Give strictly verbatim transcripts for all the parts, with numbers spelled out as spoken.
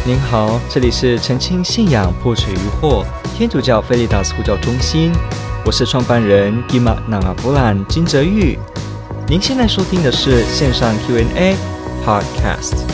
您好，这里是澄清信仰破除疑惑天主教菲利达斯呼叫中心，我是创办人 Gima Nangavulan 金哲玉。您现在收听的是线上 Q and A Podcast。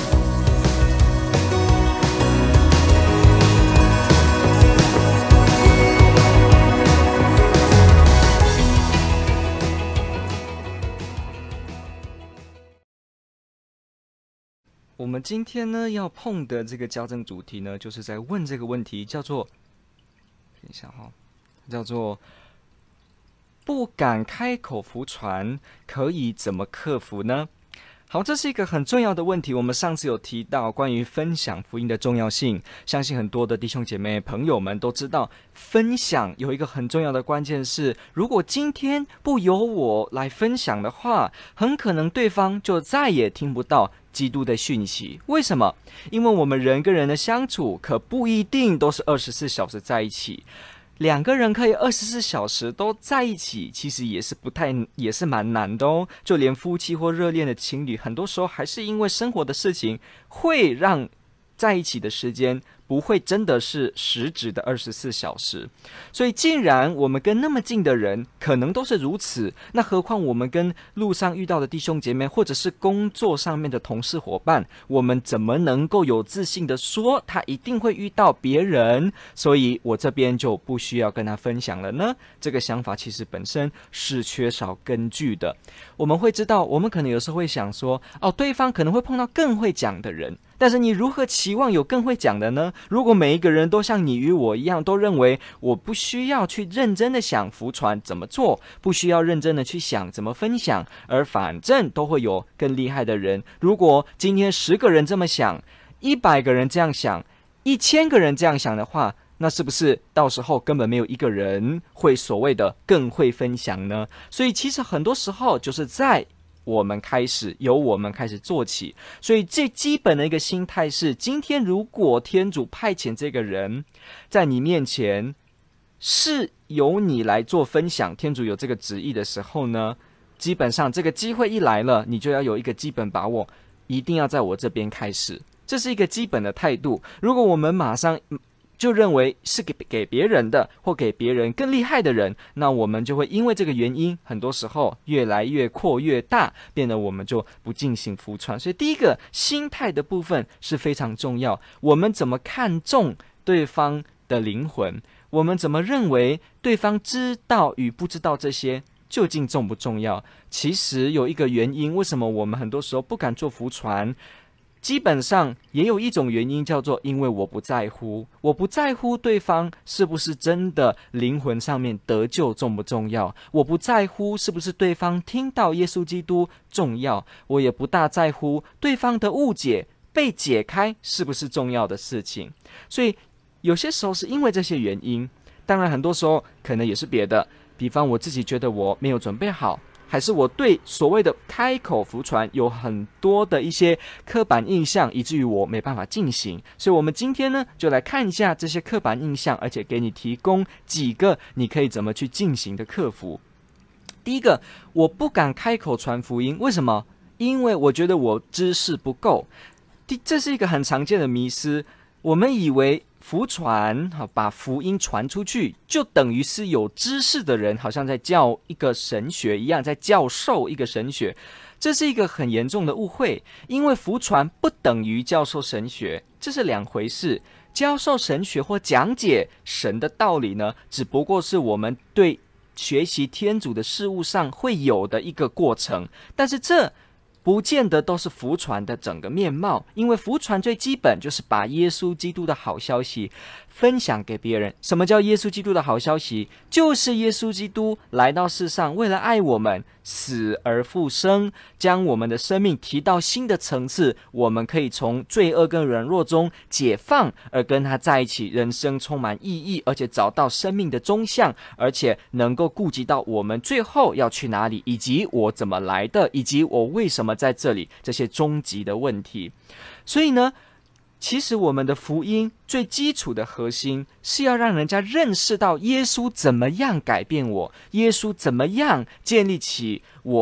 我们今天呢要碰的这个校正主题呢，就是在问这个问题，叫做，等一下哈、哦，叫做不敢开口服传，可以怎么克服呢？好，这是一个很重要的问题。我们上次有提到关于分享福音的重要性，相信很多的弟兄姐妹朋友们都知道，分享有一个很重要的关键是，如果今天不由我来分享的话，很可能对方就再也听不到基督的讯息。为什么？因为我们人跟人的相处可不一定都是二十四小时在一起。两个人可以二十四小时都在一起，其实也是不太，也是蛮难的哦。就连夫妻或热恋的情侣，很多时候还是因为生活的事情，会让在一起的时间不会真的是实质的二十四小时。所以既然我们跟那么近的人可能都是如此，那何况我们跟路上遇到的弟兄姐妹，或者是工作上面的同事伙伴，我们怎么能够有自信的说他一定会遇到别人，所以我这边就不需要跟他分享了呢？这个想法其实本身是缺少根据的。我们会知道，我们可能有时候会想说，哦，对方可能会碰到更会讲的人，但是你如何期望有更会讲的呢？如果每一个人都像你与我一样，都认为我不需要去认真的想福传怎么做，不需要认真的去想怎么分享，而反正都会有更厉害的人。如果今天十个人这么想，一百个人这样想，一千个人这样想的话，那是不是到时候根本没有一个人会所谓的更会分享呢？所以其实很多时候就是在我们开始，由我们开始做起。所以最基本的一个心态是，今天如果天主派遣这个人在你面前，是由你来做分享，天主有这个旨意的时候呢，基本上这个机会一来了，你就要有一个基本把握，一定要在我这边开始，这是一个基本的态度。如果我们马上就认为是给给别人的，或给别人更厉害的人，那我们就会因为这个原因，很多时候越来越扩越大，变得我们就不进行福传。所以第一个心态的部分是非常重要。我们怎么看重对方的灵魂？我们怎么认为对方知道与不知道这些究竟重不重要？其实有一个原因，为什么我们很多时候不敢做福传，基本上也有一种原因，叫做因为我不在乎，我不在乎对方是不是真的灵魂上面得救重不重要，我不在乎是不是对方听到耶稣基督重要，我也不大在乎对方的误解被解开是不是重要的事情。所以有些时候是因为这些原因，当然很多时候可能也是别的，比方我自己觉得我没有准备好，还是我对所谓的开口福传有很多的一些刻板印象，以至于我没办法进行。所以我们今天呢，就来看一下这些刻板印象，而且给你提供几个你可以怎么去进行的克服。第一个，我不敢开口传福音，为什么？因为我觉得我知识不够。这是一个很常见的迷思，我们以为福传，把福音传出去，就等于是有知识的人，好像在教一个神学一样，在教授一个神学。这是一个很严重的误会，因为福传不等于教授神学，这是两回事。教授神学或讲解神的道理呢，只不过是我们对学习天主的事物上会有的一个过程，但是这不见得都是福传的整个面貌，因为福传最基本就是把耶稣基督的好消息分享给别人。什么叫耶稣基督的好消息？就是耶稣基督来到世上，为了爱我们，死而复生，将我们的生命提到新的层次，我们可以从罪恶跟软弱中解放，而跟他在一起，人生充满意义，而且找到生命的终向，而且能够顾及到我们最后要去哪里，以及我怎么来的，以及我为什么在这里，这些终极的问题。所以呢，其实我们的福音最基础的核心是要让人家认识到耶稣怎么样改变我，耶稣怎么样建立起我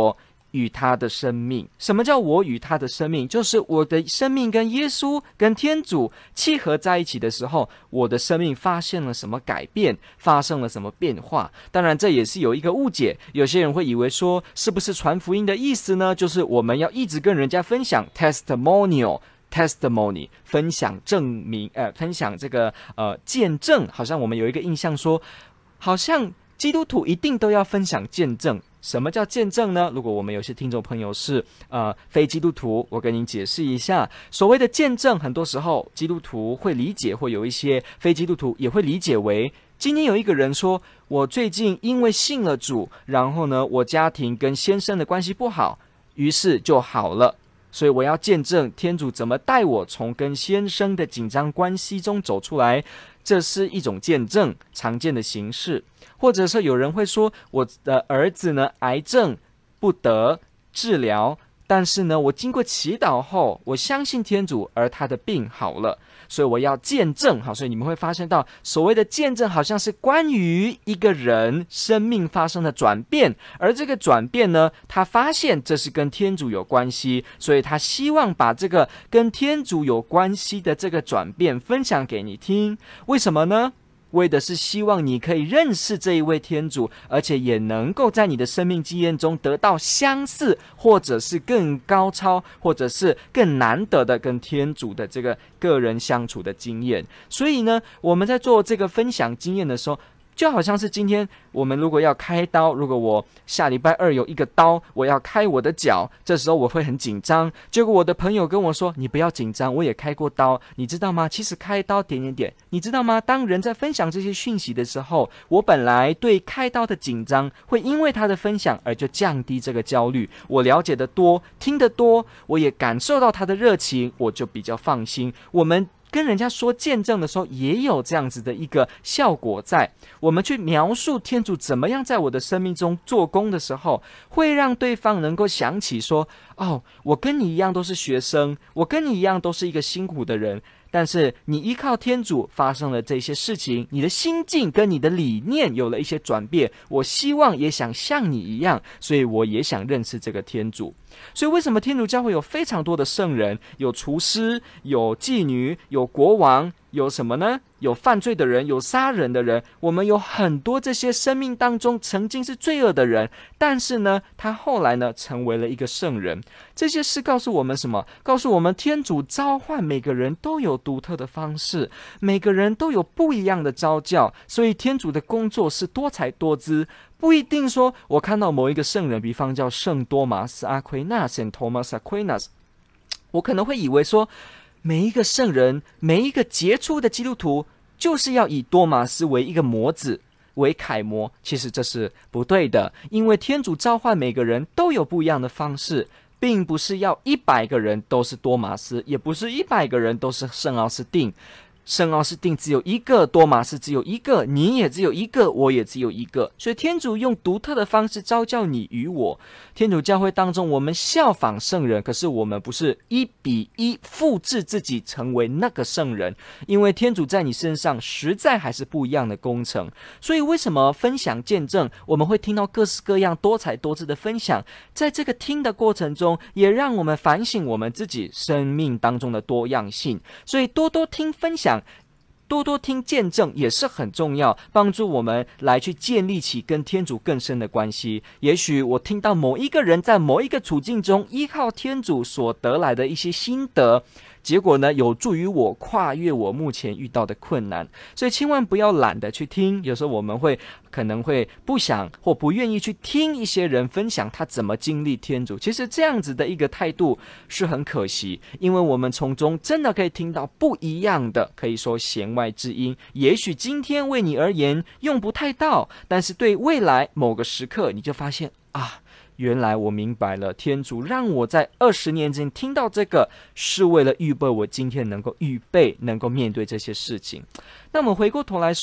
与他的生命。什么叫我与他的生命？就是我的生命跟耶稣跟天主契合在一起的时候，我的生命发现了什么改变，发生了什么变化。当然这也是有一个误解，有些人会以为说，是不是传福音的意思呢，就是我们要一直跟人家分享 testimonial testimony 分享证明，呃，分享这个呃见证，好像我们有一个印象说，好像基督徒一定都要分享见证。什么叫见证呢？如果我们有些听众朋友是呃非基督徒，我跟您解释一下，所谓的见证，很多时候基督徒会理解，或有一些非基督徒也会理解为，今天有一个人说，我最近因为信了主，然后呢，我家庭跟先生的关系不好，于是就好了。所以我要见证天主怎么带我从跟先生的紧张关系中走出来，这是一种见证，常见的形式。或者是有人会说，我的儿子呢，癌症不得治疗，但是呢，我经过祈祷后，我相信天主，而他的病好了，所以我要见证。好，所以你们会发现到，所谓的见证好像是关于一个人生命发生的转变，而这个转变呢，他发现这是跟天主有关系，所以他希望把这个跟天主有关系的这个转变分享给你听。为什么呢？为的是希望你可以认识这一位天主，而且也能够在你的生命经验中得到相似，或者是更高超，或者是更难得的跟天主的这个个人相处的经验。所以呢，我们在做这个分享经验的时候，就好像是今天我们如果要开刀，如果我下礼拜二有一个刀，我要开我的脚，这时候我会很紧张。结果我的朋友跟我说，你不要紧张，我也开过刀，你知道吗？其实开刀点点点，你知道吗？当人在分享这些讯息的时候，我本来对开刀的紧张会因为他的分享而就降低这个焦虑。我了解的多，听得多，我也感受到他的热情，我就比较放心。我们跟人家说见证的时候，也有这样子的一个效果在。我们去描述天主怎么样在我的生命中做工的时候，会让对方能够想起说，哦，我跟你一样都是学生，我跟你一样都是一个辛苦的人，但是你依靠天主发生了这些事情，你的心境跟你的理念有了一些转变，我希望也想像你一样，所以我也想认识这个天主。所以为什么天主教会有非常多的圣人，有厨师，有妓女，有国王，有什么呢？有犯罪的人，有杀人的人，我们有很多这些生命当中曾经是罪恶的人，但是呢，他后来呢成为了一个圣人。这些事告诉我们什么？告诉我们天主召唤每个人都有独特的方式，每个人都有不一样的召教，所以天主的工作是多才多姿。不一定说我看到某一个圣人，比方叫圣多马斯阿奎纳 Saint Thomas Aquinas， 我可能会以为说，每一个圣人，每一个杰出的基督徒，就是要以多马斯为一个模子，为楷模。其实这是不对的，因为天主召唤每个人都有不一样的方式，并不是要一百个人都是多马斯，也不是一百个人都是圣奥斯定。圣奥斯定只有一个，多马斯只有一个，你也只有一个，我也只有一个。所以天主用独特的方式召叫你与我。天主教会当中，我们效仿圣人，可是我们不是一比一复制自己成为那个圣人，因为天主在你身上实在还是不一样的工程。所以为什么分享见证，我们会听到各式各样多彩多姿的分享，在这个听的过程中，也让我们反省我们自己生命当中的多样性。所以多多听分享，多多听见证也是很重要，帮助我们来去建立起跟天主更深的关系。也许我听到某一个人在某一个处境中依靠天主所得来的一些心得，结果呢，有助于我跨越我目前遇到的困难。所以千万不要懒得去听，有时候我们会可能会不想或不愿意去听一些人分享他怎么经历天主。其实这样子的一个态度是很可惜，因为我们从中真的可以听到不一样的，可以说弦外之音。也许今天为你而言用不太到，但是对未来某个时刻你就发现啊，原来我明白了，天主让我在二十年前听到这个，是为了预备我今天能够预备，能够面对这些事情。那我们回过头来说，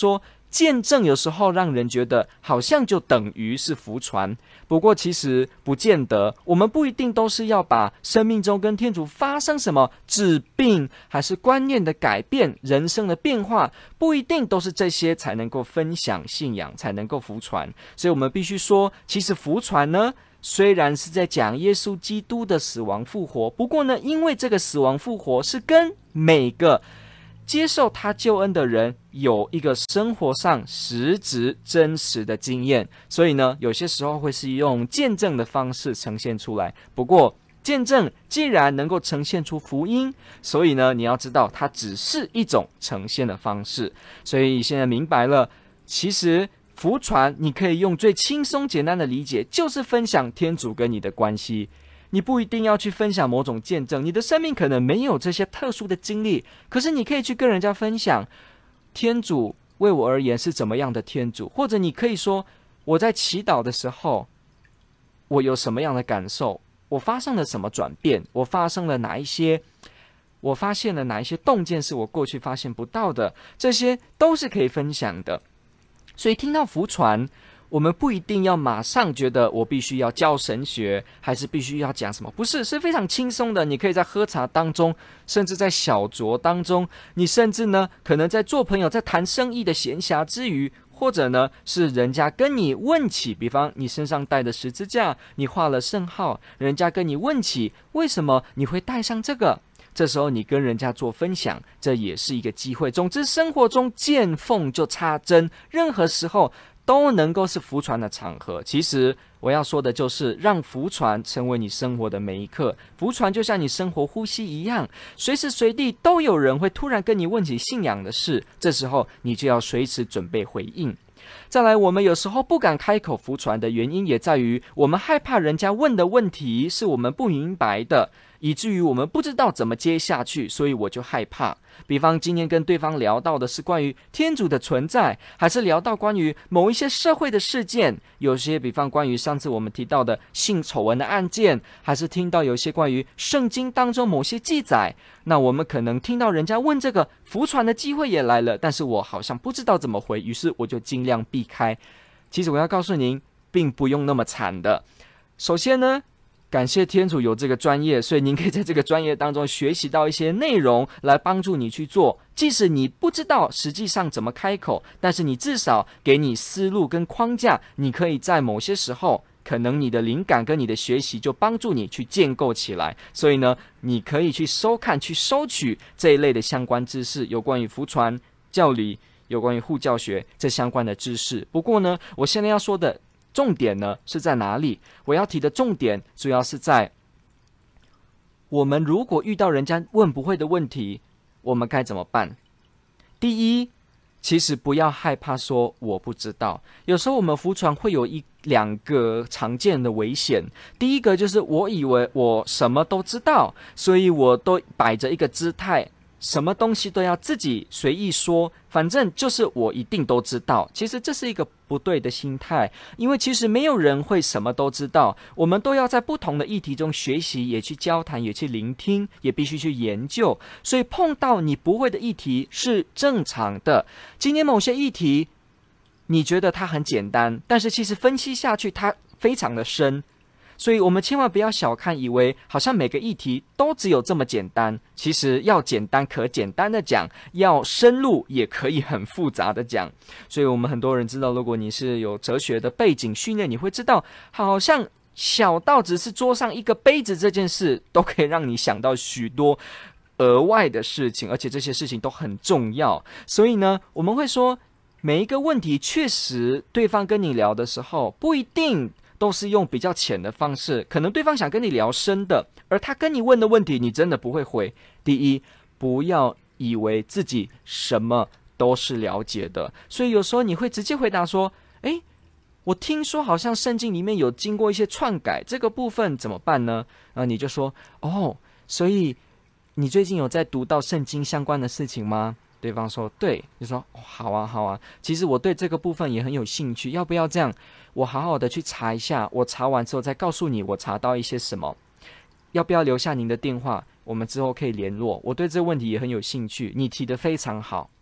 见证有时候让人觉得好像就等于是福传，不过其实不见得，我们不一定都是要把生命中跟天主发生什么治病，还是观念的改变、人生的变化，不一定都是这些才能够分享信仰，才能够福传。所以我们必须说，其实福传呢，虽然是在讲耶稣基督的死亡复活，不过呢，因为这个死亡复活是跟每个接受他救恩的人有一个生活上实质真实的经验，所以呢，有些时候会是用见证的方式呈现出来。不过见证既然能够呈现出福音，所以呢，你要知道它只是一种呈现的方式。所以现在明白了，其实福传你可以用最轻松简单的理解，就是分享天主跟你的关系。你不一定要去分享某种见证，你的生命可能没有这些特殊的经历，可是你可以去跟人家分享天主为我而言是怎么样的天主，或者你可以说我在祈祷的时候我有什么样的感受，我发生了什么转变，我发生了哪一些我发现了哪一些洞见是我过去发现不到的，这些都是可以分享的。所以听到福传，我们不一定要马上觉得我必须要教神学，还是必须要讲什么，不是，是非常轻松的。你可以在喝茶当中，甚至在小酌当中，你甚至呢可能在做朋友，在谈生意的闲暇之余，或者呢是人家跟你问起，比方你身上带的十字架，你画了圣号，人家跟你问起为什么你会带上这个，这时候你跟人家做分享，这也是一个机会。总之生活中见缝就插针，任何时候都能够是福传的场合。其实我要说的就是让福传成为你生活的每一刻，福传就像你生活呼吸一样，随时随地都有人会突然跟你问起信仰的事，这时候你就要随时准备回应。再来，我们有时候不敢开口福传的原因也在于我们害怕人家问的问题是我们不明白的，以至于我们不知道怎么接下去，所以我就害怕。比方今天跟对方聊到的是关于天主的存在，还是聊到关于某一些社会的事件，有些比方关于上次我们提到的性丑闻的案件，还是听到有些关于圣经当中某些记载，那我们可能听到人家问这个，福传的机会也来了，但是我好像不知道怎么回，于是我就尽量避开。其实我要告诉您，并不用那么惨的。首先呢，感谢天主有这个专业，所以您可以在这个专业当中学习到一些内容来帮助你去做，即使你不知道实际上怎么开口，但是你至少给你思路跟框架，你可以在某些时候可能你的灵感跟你的学习就帮助你去建构起来。所以呢，你可以去收看去收取这一类的相关知识，有关于福传教理，有关于护教学这相关的知识。不过呢，我现在要说的重点呢是在哪里？我要提的重点主要是在我们如果遇到人家问不会的问题，我们该怎么办？第一，其实不要害怕说我不知道。有时候我们福传会有一两个常见的危险。第一个就是我以为我什么都知道，所以我都摆着一个姿态，什么东西都要自己随意说，反正就是我一定都知道。其实这是一个不对的心态，因为其实没有人会什么都知道，我们都要在不同的议题中学习，也去交谈，也去聆听，也必须去研究。所以碰到你不会的议题是正常的。今天某些议题你觉得它很简单，但是其实分析下去它非常的深，所以我们千万不要小看，以为好像每个议题都只有这么简单。其实要简单可简单的讲，要深入也可以很复杂的讲。所以我们很多人知道，如果你是有哲学的背景训练，你会知道好像小到只是桌上一个杯子这件事，都可以让你想到许多额外的事情，而且这些事情都很重要。所以呢，我们会说每一个问题确实对方跟你聊的时候不一定都是用比较浅的方式，可能对方想跟你聊深的，而他跟你问的问题你真的不会回。第一，不要以为自己什么都是了解的，所以有时候你会直接回答说，诶，我听说好像圣经里面有经过一些篡改，这个部分怎么办呢？然后你就说，哦，所以你最近有在读到圣经相关的事情吗？对方说对，就说、哦、好啊好啊，其实我对这个部分也很有兴趣，要不要这样我好好的去查一下，我查完之后再告诉你我查到一些什么，要不要留下您的电话，我们之后可以联络，我对这个问题也很有兴趣，你提得非常好。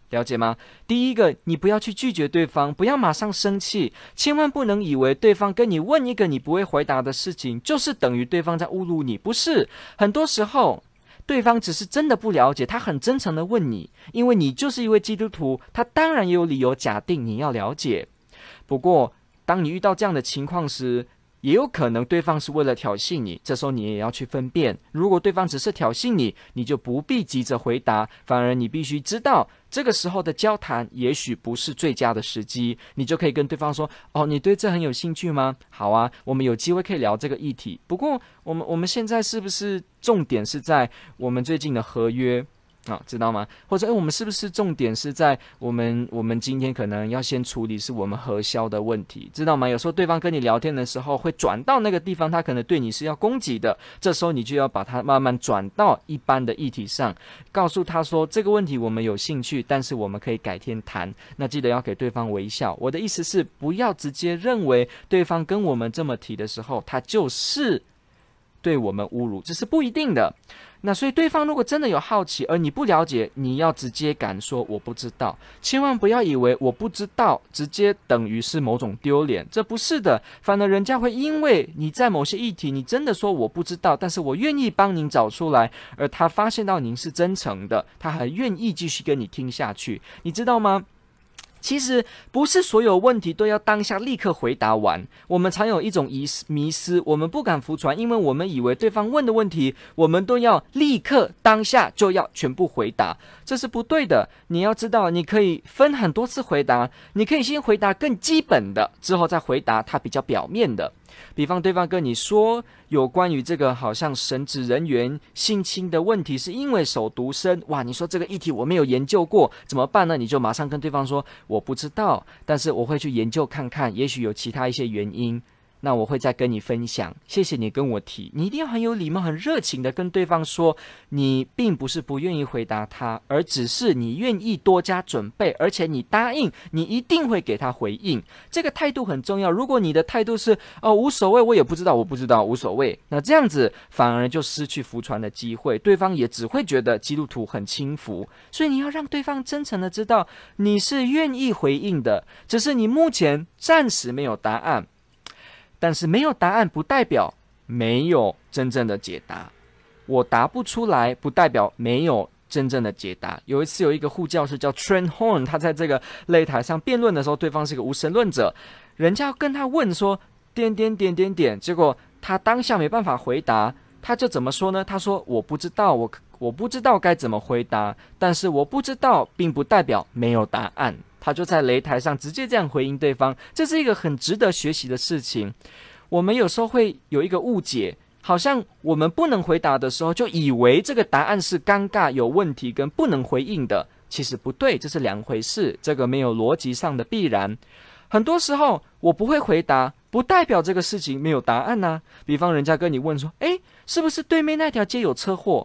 了解吗？第一个，你不要去拒绝对方，不要马上生气，千万不能以为对方跟你问一个你不会回答的事情，就是等于对方在侮辱你，不是。很多时候，对方只是真的不了解，他很真诚的问你，因为你就是一位基督徒，他当然也有理由假定你要了解。不过，当你遇到这样的情况时，也有可能对方是为了挑衅你，这时候你也要去分辨。如果对方只是挑衅你，你就不必急着回答，反而你必须知道，这个时候的交谈也许不是最佳的时机，你就可以跟对方说，哦，你对这很有兴趣吗？好啊，我们有机会可以聊这个议题。不过，我们我们现在是不是重点是在我们最近的合约？啊，知道吗？或者，哎，我们是不是重点是在我们我们今天可能要先处理是我们核销的问题，知道吗？有时候对方跟你聊天的时候会转到那个地方，他可能对你是要攻击的，这时候你就要把它慢慢转到一般的议题上，告诉他说这个问题我们有兴趣，但是我们可以改天谈。那记得要给对方微笑。我的意思是，不要直接认为对方跟我们这么提的时候，他就是对我们侮辱，这是不一定的。那所以对方如果真的有好奇，而你不了解，你要直接敢说我不知道，千万不要以为我不知道直接等于是某种丢脸，这不是的，反而人家会因为你在某些议题你真的说我不知道，但是我愿意帮您找出来，而他发现到您是真诚的，他还愿意继续跟你听下去，你知道吗？其实不是所有问题都要当下立刻回答完，我们常有一种迷思，我们不敢服传，因为我们以为对方问的问题我们都要立刻当下就要全部回答，这是不对的。你要知道，你可以分很多次回答，你可以先回答更基本的，之后再回答它比较表面的。比方对方跟你说有关于这个好像神职人员性侵的问题是因为手读生，哇，你说这个议题我没有研究过，怎么办呢？你就马上跟对方说我不知道，但是我会去研究看看，也许有其他一些原因，那我会再跟你分享，谢谢你跟我提。你一定要很有礼貌很热情的跟对方说，你并不是不愿意回答他，而只是你愿意多加准备，而且你答应你一定会给他回应，这个态度很重要。如果你的态度是哦无所谓，我也不知道，我不知道，无所谓，那这样子反而就失去服传的机会，对方也只会觉得基督徒很轻浮。所以你要让对方真诚的知道你是愿意回应的，只是你目前暂时没有答案，但是没有答案不代表没有真正的解答，我答不出来不代表没有真正的解答。有一次有一个护教士叫 Trent Horn， 他在这个擂台上辩论的时候，对方是个无神论者，人家跟他问说点点点点点，结果他当下没办法回答，他就怎么说呢？他说我不知道，我我不知道该怎么回答，但是我不知道并不代表没有答案。他就在擂台上直接这样回应对方，这是一个很值得学习的事情。我们有时候会有一个误解，好像我们不能回答的时候，就以为这个答案是尴尬、有问题跟不能回应的，其实不对，这是两回事，这个没有逻辑上的必然。很多时候我不会回答，不代表这个事情没有答案啊。比方人家跟你问说，诶，是不是对面那条街有车祸？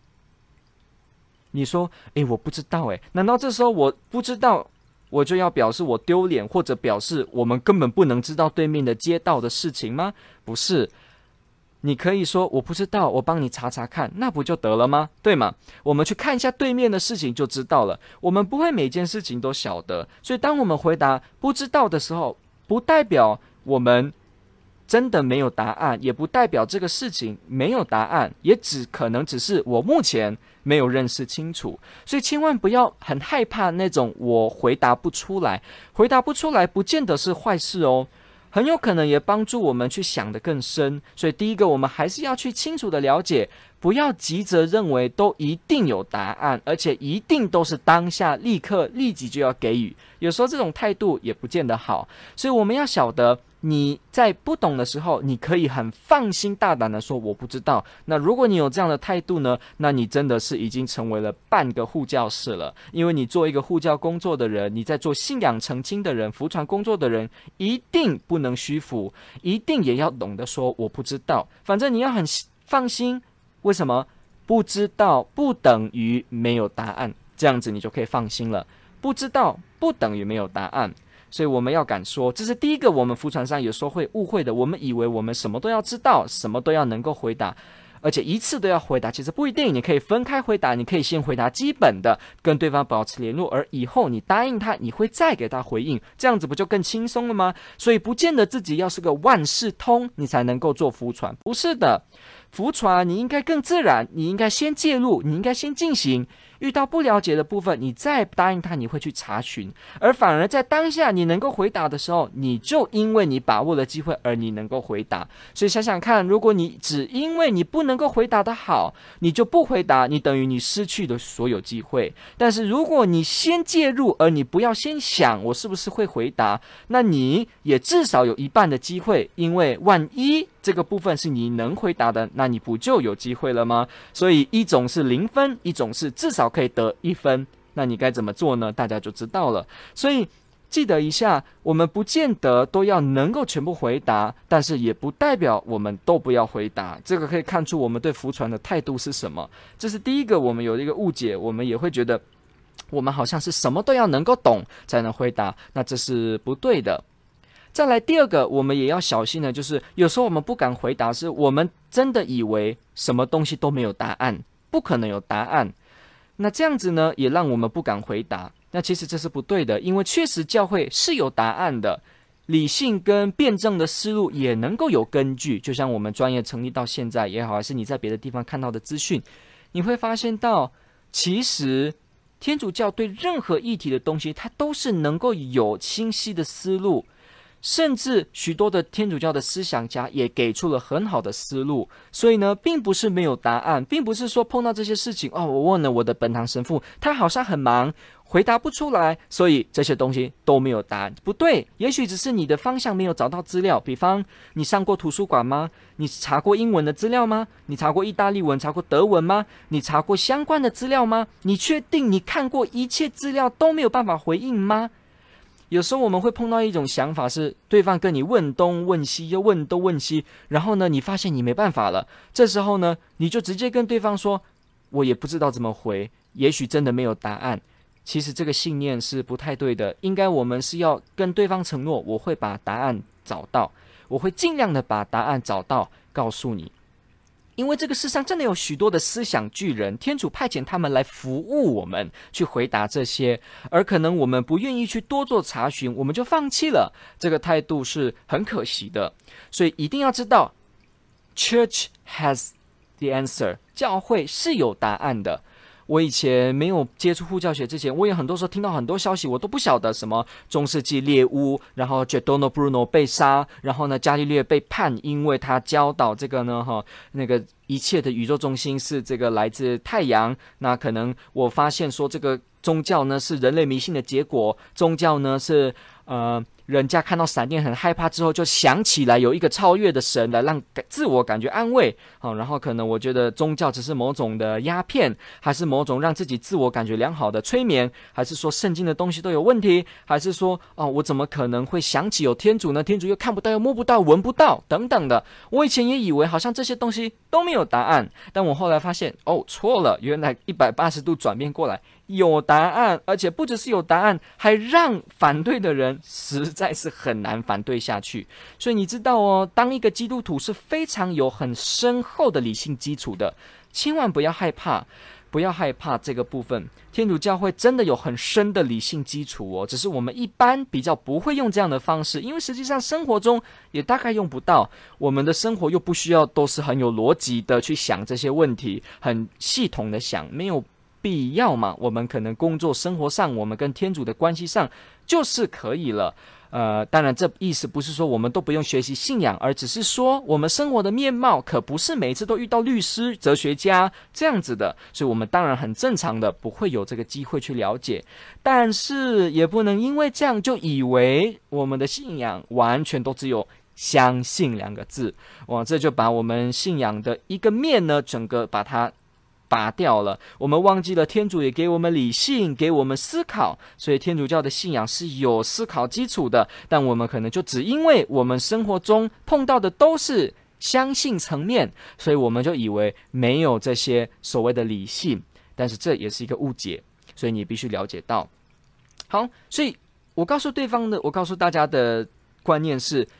你说，诶，我不知道，诶，难道这时候我不知道我就要表示我丢脸，或者表示我们根本不能知道对面的街道的事情吗？不是，你可以说我不知道，我帮你查查看，那不就得了吗？对吗？我们去看一下对面的事情就知道了。我们不会每件事情都晓得，所以当我们回答不知道的时候，不代表我们真的没有答案，也不代表这个事情没有答案，也只可能只是我目前没有认识清楚。所以千万不要很害怕那种我回答不出来，回答不出来不见得是坏事哦，很有可能也帮助我们去想得更深。所以第一个，我们还是要去清楚的了解，不要急着认为都一定有答案，而且一定都是当下立刻立即就要给予，有时候这种态度也不见得好。所以我们要晓得，你在不懂的时候，你可以很放心大胆的说我不知道。那如果你有这样的态度呢，那你真的是已经成为了半个护教士了。因为你做一个护教工作的人，你在做信仰澄清的人，服传工作的人，一定不能虚浮，一定也要懂得说我不知道。反正你要很放心，为什么？不知道不等于没有答案，这样子你就可以放心了。不知道不等于没有答案，所以我们要敢说，这是第一个我们服传上有时候会误会的，我们以为我们什么都要知道，什么都要能够回答， 而且一次都要回答，其实不一定，你可以分开回答，你可以先回答基本的，跟对方保持联络，而以后你答应他，你会再给他回应，这样子不就更轻松了吗？所以不见得自己要是个万事通，你才能够做浮船，不是的，浮船你应该更自然，你应该先介入，你应该先进行，遇到不了解的部分，你再答应他，你会去查询，而反而在当下你能够回答的时候，你就因为你把握了机会而你能够回答。所以想想看，如果你只因为你不能够回答的好，你就不回答，你等于你失去了所有机会。但是如果你先介入，而你不要先想我是不是会回答，那你也至少有一半的机会，因为万一这个部分是你能回答的，那你不就有机会了吗？所以一种是零分，一种是至少可以得一分，那你该怎么做呢？大家就知道了。所以记得一下，我们不见得都要能够全部回答，但是也不代表我们都不要回答。这个可以看出我们对浮船的态度是什么。这是第一个，我们有一个误解，我们也会觉得我们好像是什么都要能够懂才能回答，那这是不对的。再来第二个，我们也要小心的，就是有时候我们不敢回答，是我们真的以为什么东西都没有答案，不可能有答案。那这样子呢，也让我们不敢回答。那其实这是不对的，因为确实教会是有答案的，理性跟辩证的思路也能够有根据。就像我们专业成立到现在也好，还是你在别的地方看到的资讯，你会发现到，其实天主教对任何议题的东西，它都是能够有清晰的思路。甚至许多的天主教的思想家也给出了很好的思路，所以呢，并不是没有答案，并不是说碰到这些事情哦，我问了我的本堂神父，他好像很忙，回答不出来，所以这些东西都没有答案。不对，也许只是你的方向没有找到资料。比方，你上过图书馆吗？你查过英文的资料吗？你查过意大利文、查过德文吗？你查过相关的资料吗？你确定你看过一切资料都没有办法回应吗？有时候我们会碰到一种想法是，对方跟你问东问西，又问东问西，然后呢，你发现你没办法了，这时候呢，你就直接跟对方说，我也不知道怎么回，也许真的没有答案。其实这个信念是不太对的，应该我们是要跟对方承诺，我会把答案找到，我会尽量的把答案找到，告诉你。因为这个世上真的有许多的思想巨人，天主派遣他们来服务我们，去回答这些，而可能我们不愿意去多做查询，我们就放弃了，这个态度是很可惜的。所以一定要知道 Church has the answer， 教会是有答案的。我以前没有接触护教学之前，我也很多时候听到很多消息，我都不晓得什么中世纪猎巫，然后 Giordano Bruno 被杀，然后呢伽利略被判，因为他教导这个呢哈那个一切的宇宙中心是这个来自太阳。那可能我发现说这个宗教呢是人类迷信的结果，宗教呢是呃。人家看到闪电很害怕之后，就想起来有一个超越的神来让自我感觉安慰、哦、然后可能我觉得宗教只是某种的鸦片，还是某种让自己自我感觉良好的催眠，还是说圣经的东西都有问题，还是说哦，我怎么可能会想起有天主呢？天主又看不到又摸不到闻不到等等的。我以前也以为好像这些东西都没有答案，但我后来发现哦错了，原来一百八十度转变过来，有答案，而且不只是有答案，还让反对的人实在是很难反对下去。所以你知道哦，当一个基督徒是非常有很深厚的理性基础的，千万不要害怕，不要害怕这个部分。天主教会真的有很深的理性基础哦，只是我们一般比较不会用这样的方式，因为实际上生活中也大概用不到，我们的生活又不需要都是很有逻辑的去想这些问题，很系统的想，没有必要嘛。我们可能工作生活上，我们跟天主的关系上就是可以了。呃，当然这意思不是说我们都不用学习信仰，而只是说我们生活的面貌可不是每次都遇到律师、哲学家这样子的，所以我们当然很正常的不会有这个机会去了解，但是也不能因为这样就以为我们的信仰完全都只有相信两个字。哇，这就把我们信仰的一个面呢，整个把它拔掉了。我们忘记了天主也给我们理性，给我们思考，所以天主教的信仰是有思考基础的，但我们可能就只因为我们生活中碰到的都是相信层面，所以我们就以为没有这些所谓的理性，但是这也是一个误解，所以你必须了解到。好，所以我告诉对方的，我告诉大家的观念是，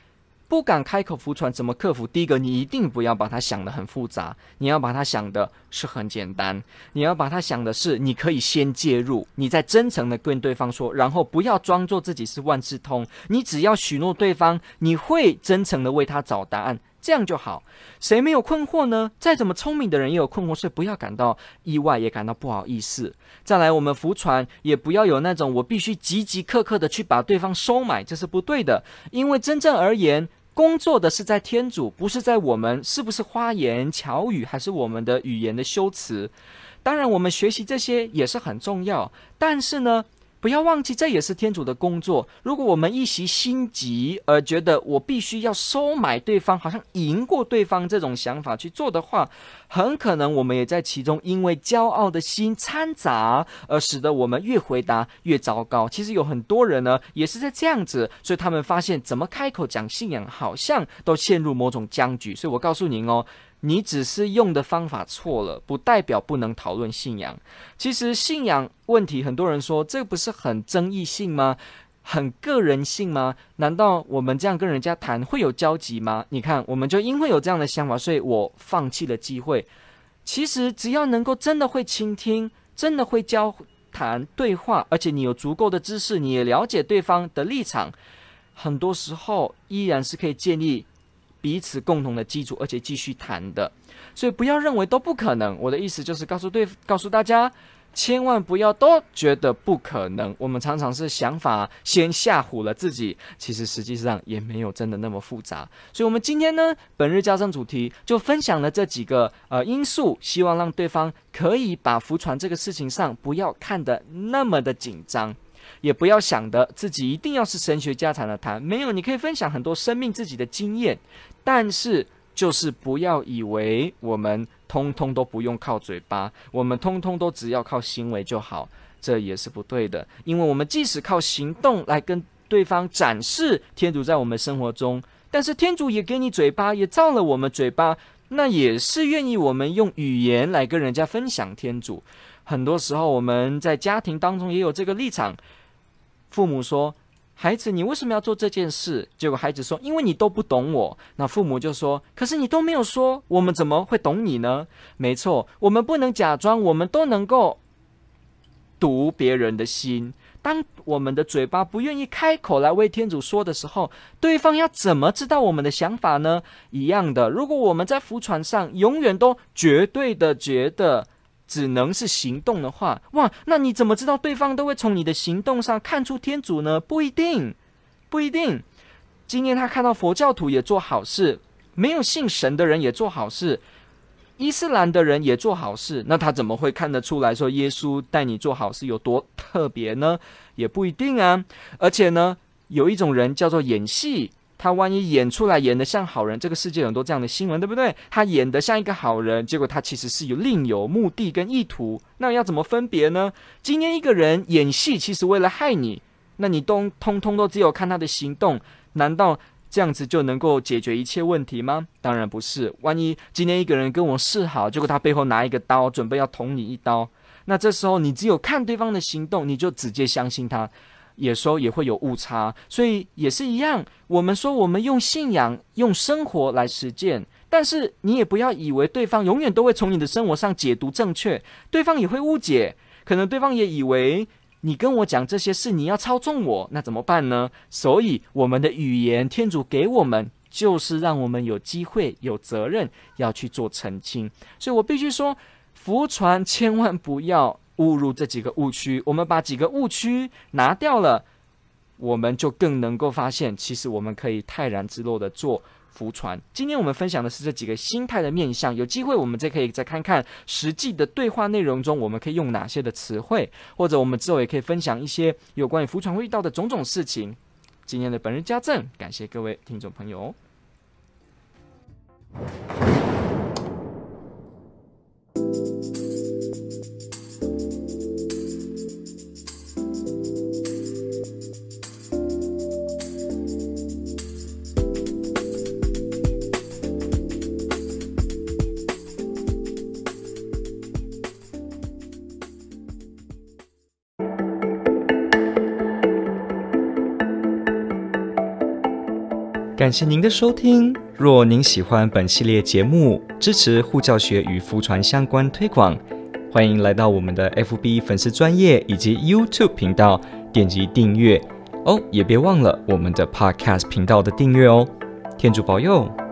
不敢开口服传怎么克服？第一个，你一定不要把它想得很复杂，你要把它想的是很简单，你要把它想的是你可以先介入，你再真诚的跟对方说，然后不要装作自己是万事通，你只要许诺对方你会真诚的为他找答案，这样就好。谁没有困惑呢？再怎么聪明的人也有困惑，所以不要感到意外，也感到不好意思。再来，我们服传也不要有那种我必须即即刻刻的去把对方收买，这是不对的。因为真正而言，工作的是在天主，不是在我们是不是花言巧语，还是我们的语言的修辞。当然我们学习这些也是很重要，但是呢不要忘记，这也是天主的工作。如果我们一时心急而觉得我必须要收买对方，好像赢过对方这种想法去做的话，很可能我们也在其中因为骄傲的心掺杂，而使得我们越回答越糟糕。其实有很多人呢也是在这样子，所以他们发现怎么开口讲信仰好像都陷入某种僵局。所以我告诉您哦，你只是用的方法错了，不代表不能讨论信仰。其实信仰问题，很多人说这不是很争议性吗？很个人性吗？难道我们这样跟人家谈会有交集吗？你看，我们就因为有这样的想法，所以我放弃了机会。其实只要能够真的会倾听，真的会交谈对话，而且你有足够的知识，你也了解对方的立场，很多时候依然是可以建立彼此共同的基础，而且继续谈的。所以不要认为都不可能，我的意思就是告诉对告诉大家，千万不要都觉得不可能。我们常常是想法先吓唬了自己，其实实际上也没有真的那么复杂。所以我们今天呢，本日家政主题就分享了这几个呃因素，希望让对方可以把服传这个事情上不要看得那么的紧张，也不要想的自己一定要是神学家才能谈，没有，你可以分享很多生命自己的经验，但是就是不要以为我们通通都不用靠嘴巴，我们通通都只要靠行为就好，这也是不对的。因为我们即使靠行动来跟对方展示天主在我们生活中，但是天主也给你嘴巴，也造了我们嘴巴，那也是愿意我们用语言来跟人家分享天主。很多时候我们在家庭当中也有这个立场，父母说，孩子，你为什么要做这件事？结果孩子说，因为你都不懂我。那父母就说，可是你都没有说，我们怎么会懂你呢？没错，我们不能假装我们都能够读别人的心。当我们的嘴巴不愿意开口来为天主说的时候，对方要怎么知道我们的想法呢？一样的，如果我们在服传上永远都绝对的觉得只能是行动的话，哇，那你怎么知道对方都会从你的行动上看出天主呢？不一定，不一定。今天他看到佛教徒也做好事，没有信神的人也做好事，伊斯兰的人也做好事，那他怎么会看得出来说耶稣带你做好事有多特别呢？也不一定啊。而且呢，有一种人叫做演戏，他万一演出来演得像好人，这个世界有很多这样的新闻，对不对？他演得像一个好人，结果他其实是有另有目的跟意图，那要怎么分别呢？今天一个人演戏其实为了害你，那你都通通都只有看他的行动，难道这样子就能够解决一切问题吗？当然不是。万一今天一个人跟我示好，结果他背后拿一个刀准备要捅你一刀，那这时候你只有看对方的行动，你就直接相信他，有时候也会有误差。所以也是一样，我们说我们用信仰用生活来实践，但是你也不要以为对方永远都会从你的生活上解读正确，对方也会误解，可能对方也以为你跟我讲这些事你要操纵我，那怎么办呢？所以我们的语言天主给我们，就是让我们有机会有责任要去做澄清。所以我必须说，服传千万不要误入这几个误区，我们把几个误区拿掉了，我们就更能够发现，其实我们可以泰然自若的做服传。今天我们分享的是这几个心态的面向，有机会我们再可以再看看实际的对话内容中我们可以用哪些的词汇，或者我们之后也可以分享一些有关于服传会遇到的种种事情。今天的本日家政，感谢各位听众朋友。 感谢您的收听。若您喜欢本系列节目，支持护教学与福传相关推广，欢迎来到我们的 F B 粉丝专页以及 YouTube 频道，点击订阅哦，也别忘了我们的 Podcast 频道的订阅哦。天主保佑。